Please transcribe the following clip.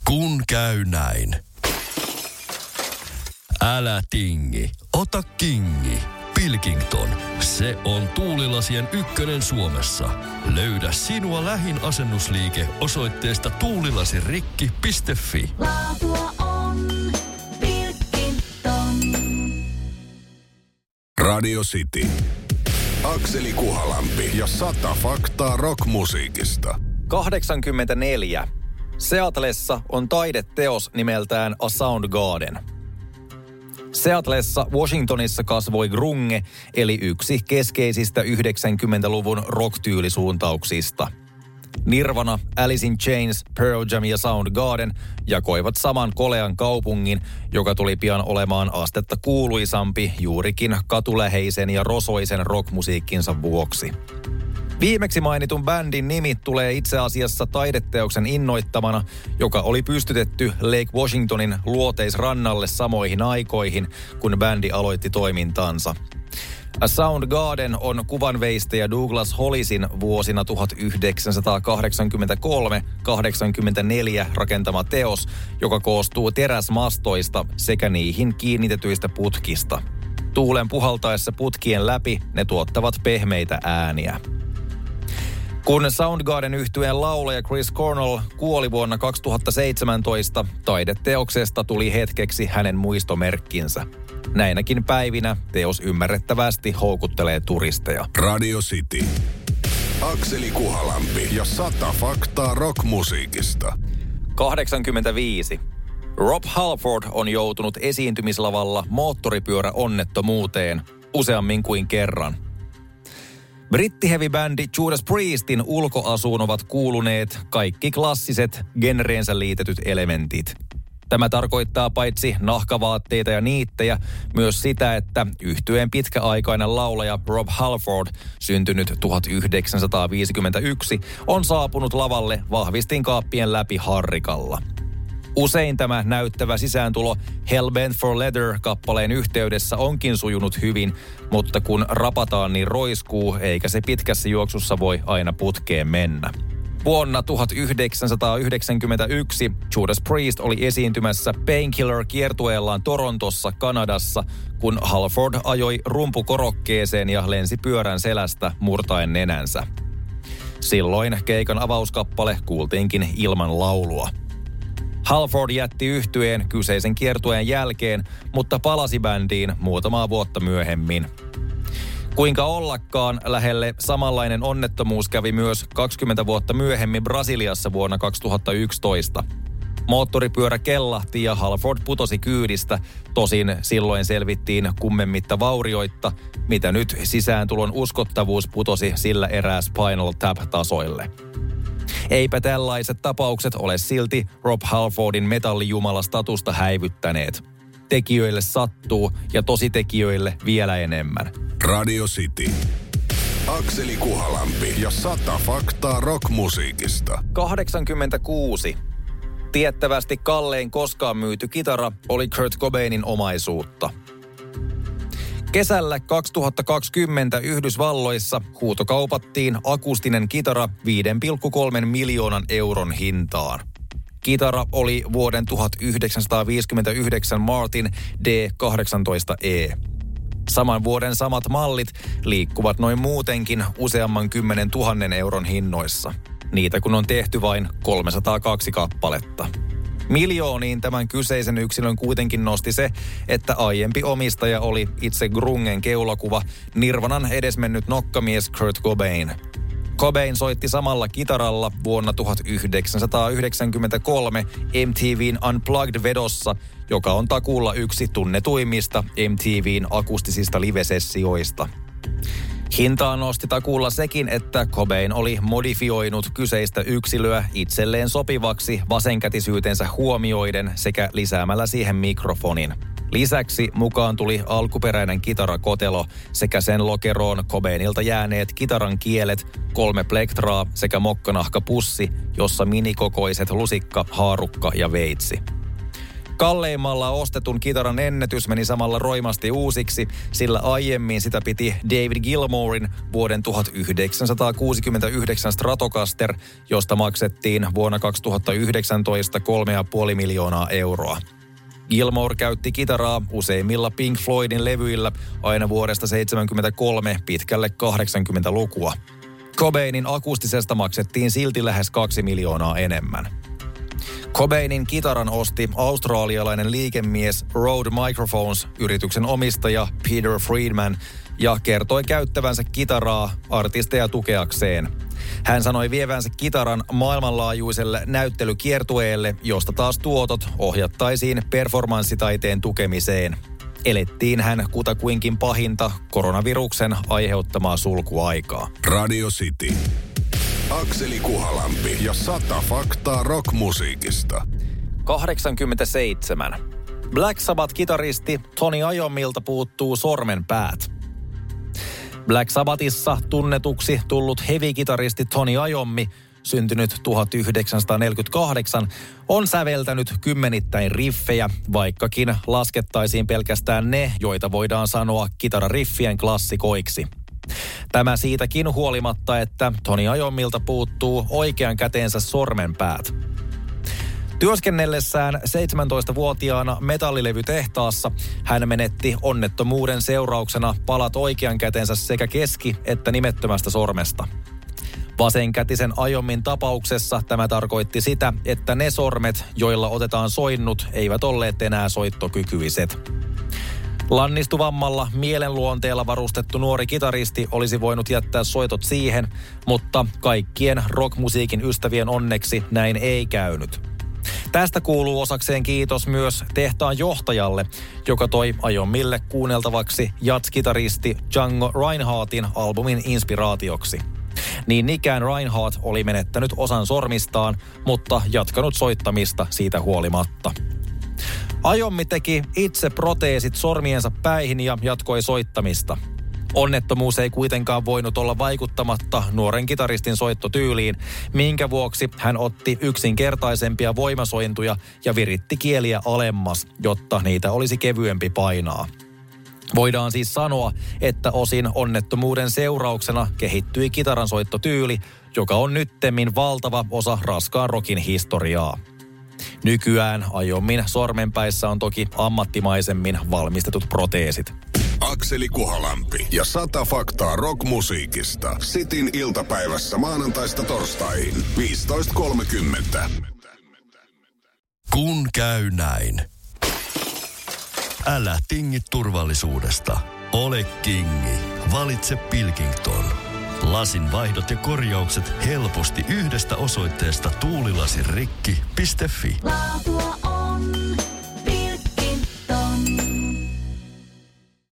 Kun käy näin. Älä tingi, ota kingi. Pilkington, se on tuulilasien ykkönen Suomessa. Löydä sinua lähin asennusliike osoitteesta tuulilasirikki.fi. Laatua on Pilkington. Radio City. Akseli Kuhalampi ja 100 faktaa rockmusiikista. 84. Seatlessa on taideteos nimeltään A Soundgarden. Seatlessa Washingtonissa kasvoi grunge, eli yksi keskeisistä 90-luvun rock-tyylisuuntauksista. Nirvana, Alice in Chains, Pearl Jam ja Soundgarden jakoivat saman kolean kaupungin, joka tuli pian olemaan astetta kuuluisampi juurikin katuläheisen ja rosoisen rockmusiikkinsa vuoksi. Viimeksi mainitun bändin nimi tulee itse asiassa taideteoksen innoittamana, joka oli pystytetty Lake Washingtonin luoteisrannalle samoihin aikoihin, kun bändi aloitti toimintansa. A Soundgarden on kuvanveistäjä Douglas Hollisin vuosina 1983-84 rakentama teos, joka koostuu teräsmastoista sekä niihin kiinnitetyistä putkista. Tuulen puhaltaessa putkien läpi ne tuottavat pehmeitä ääniä. Kun Soundgarden-yhtyeen laulaja Chris Cornell kuoli vuonna 2017, taideteoksesta tuli hetkeksi hänen muistomerkkinsä. Näinäkin päivinä teos ymmärrettävästi houkuttelee turisteja. Radio City. Akseli Kuhalampi ja 100 faktaa rockmusiikista. 85. Rob Halford on joutunut esiintymislavalla moottoripyöräonnettomuuteen useammin kuin kerran. Brittiheavy-bändi Judas Priestin ulkoasuun ovat kuuluneet kaikki klassiset genreensä liitetyt elementit. Tämä tarkoittaa paitsi nahkavaatteita ja niittejä, myös sitä, että yhtyeen pitkäaikainen laulaja Rob Halford, syntynyt 1951, on saapunut lavalle vahvistinkaappien läpi harrikalla. Usein tämä näyttävä sisääntulo Hellbent for Leather-kappaleen yhteydessä onkin sujunut hyvin, mutta kun rapataan niin roiskuu, eikä se pitkässä juoksussa voi aina putkeen mennä. Vuonna 1991 Judas Priest oli esiintymässä Painkiller-kiertueellaan Torontossa, Kanadassa, kun Halford ajoi rumpukorokkeeseen ja lensi pyörän selästä murtaen nenänsä. Silloin keikan avauskappale kuultiinkin ilman laulua. Halford jätti yhtyeen kyseisen kiertueen jälkeen, mutta palasi bändiin muutamaa vuotta myöhemmin. Kuinka ollakaan, lähelle samanlainen onnettomuus kävi myös 20 vuotta myöhemmin Brasiliassa vuonna 2011. Moottoripyörä kellahti ja Halford putosi kyydistä, tosin silloin selvittiin kummemmitta vaurioitta, mitä nyt sisääntulon uskottavuus putosi sillä erää Spinal Tap-tasoille. Eipä tällaiset tapaukset ole silti Rob Halfordin metallijumala-statusta häivyttäneet. Tekijöille sattuu ja tositekijöille vielä enemmän. Radio City. Akseli Kuhalampi ja 100 faktaa rockmusiikista. 86. Tiettävästi kallein koskaan myyty kitara oli Kurt Cobainin omaisuutta. Kesällä 2020 Yhdysvalloissa huutokaupattiin akustinen kitara 5,3 miljoonan euron hintaan. Kitara oli vuoden 1959 Martin D18E. Saman vuoden samat mallit liikkuvat noin muutenkin useamman 10 000 euron hinnoissa. Niitä kun on tehty vain 302 kappaletta. Miljooniin tämän kyseisen yksilön kuitenkin nosti se, että aiempi omistaja oli itse grungen keulakuva, Nirvanan edesmennyt nokkamies Kurt Cobain. Cobain soitti samalla kitaralla vuonna 1993 MTV:n Unplugged-vedossa, joka on takuulla yksi tunnetuimmista MTV:n akustisista livesessioista. Hintaa nosti takuulla sekin, että Cobain oli modifioinut kyseistä yksilöä itselleen sopivaksi vasenkätisyytensä huomioiden sekä lisäämällä siihen mikrofonin. Lisäksi mukaan tuli alkuperäinen kitarakotelo sekä sen lokeroon Cobainilta jääneet kitaran kielet, 3 plektraa sekä mokkanahkapussi, jossa minikokoiset lusikka, haarukka ja veitsi. Kalleimmalla ostetun kitaran ennätys meni samalla roimasti uusiksi, sillä aiemmin sitä piti David Gilmourin vuoden 1969 Stratocaster, josta maksettiin vuonna 2019 3,5 miljoonaa euroa. Gilmour käytti kitaraa useimmilla Pink Floydin levyillä aina vuodesta 1973 pitkälle 80-lukua. Cobainin akustisesta maksettiin silti lähes 2 miljoonaa enemmän. Cobainin kitaran osti australialainen liikemies Rode Microphones -yrityksen omistaja Peter Friedman ja kertoi käyttävänsä kitaraa artisteja tukeakseen. Hän sanoi vievänsä kitaran maailmanlaajuiselle näyttelykiertueelle, josta taas tuotot ohjattaisiin performanssitaiteen tukemiseen. Elettiin hän kutakuinkin pahinta koronaviruksen aiheuttamaa sulkuaikaa. Radio City. Akseli Kuhalampi ja 100 faktaa rockmusiikista. 87. Black Sabbath-kitaristi Tony Iomilta puuttuu sormenpäät. Black Sabbathissa tunnetuksi tullut heavy-kitaristi Tony Iommi, syntynyt 1948, on säveltänyt kymmenittäin riffejä, vaikkakin laskettaisiin pelkästään ne, joita voidaan sanoa kitarariffien klassikoiksi. Tämä siitäkin huolimatta, että Tony Iomilta puuttuu oikean käteensä sormenpäät. Työskennellessään 17-vuotiaana metallilevytehtaassa hän menetti onnettomuuden seurauksena palat oikean kätensä sekä keski- että nimettömästä sormesta. Vasenkätisen Iomin tapauksessa tämä tarkoitti sitä, että ne sormet, joilla otetaan soinnut, eivät olleet enää soittokykyiset. Lannistuvammalla mielenluonteella varustettu nuori kitaristi olisi voinut jättää soitot siihen, mutta kaikkien rockmusiikin ystävien onneksi näin ei käynyt. Tästä kuuluu osakseen kiitos myös tehtaan johtajalle, joka toi Iomille kuunneltavaksi jazz-kitaristi Django Reinhardtin albumin inspiraatioksi. Niin ikään Reinhardt oli menettänyt osan sormistaan, mutta jatkanut soittamista siitä huolimatta. Iommi teki itse proteesit sormiensa päihin ja jatkoi soittamista. Onnettomuus ei kuitenkaan voinut olla vaikuttamatta nuoren kitaristin soittotyyliin, minkä vuoksi hän otti yksinkertaisempia voimasointuja ja viritti kieliä alemmas, jotta niitä olisi kevyempi painaa. Voidaan siis sanoa, että osin onnettomuuden seurauksena kehittyi kitaran soittotyyli, joka on nyttemmin valtava osa raskaan rockin historiaa. Nykyään Iomin sormenpäissä on toki ammattimaisemmin valmistetut proteesit. Akseli Kuhalampi ja 100 faktaa rockmusiikista. Cityn iltapäivässä maanantaista torstaihin 15.30. Kun käy näin. Älä tingi turvallisuudesta. Ole kingi. Valitse Pilkington. Lasin vaihdot ja korjaukset helposti yhdestä osoitteesta tuulilasirikki.fi. Laatua on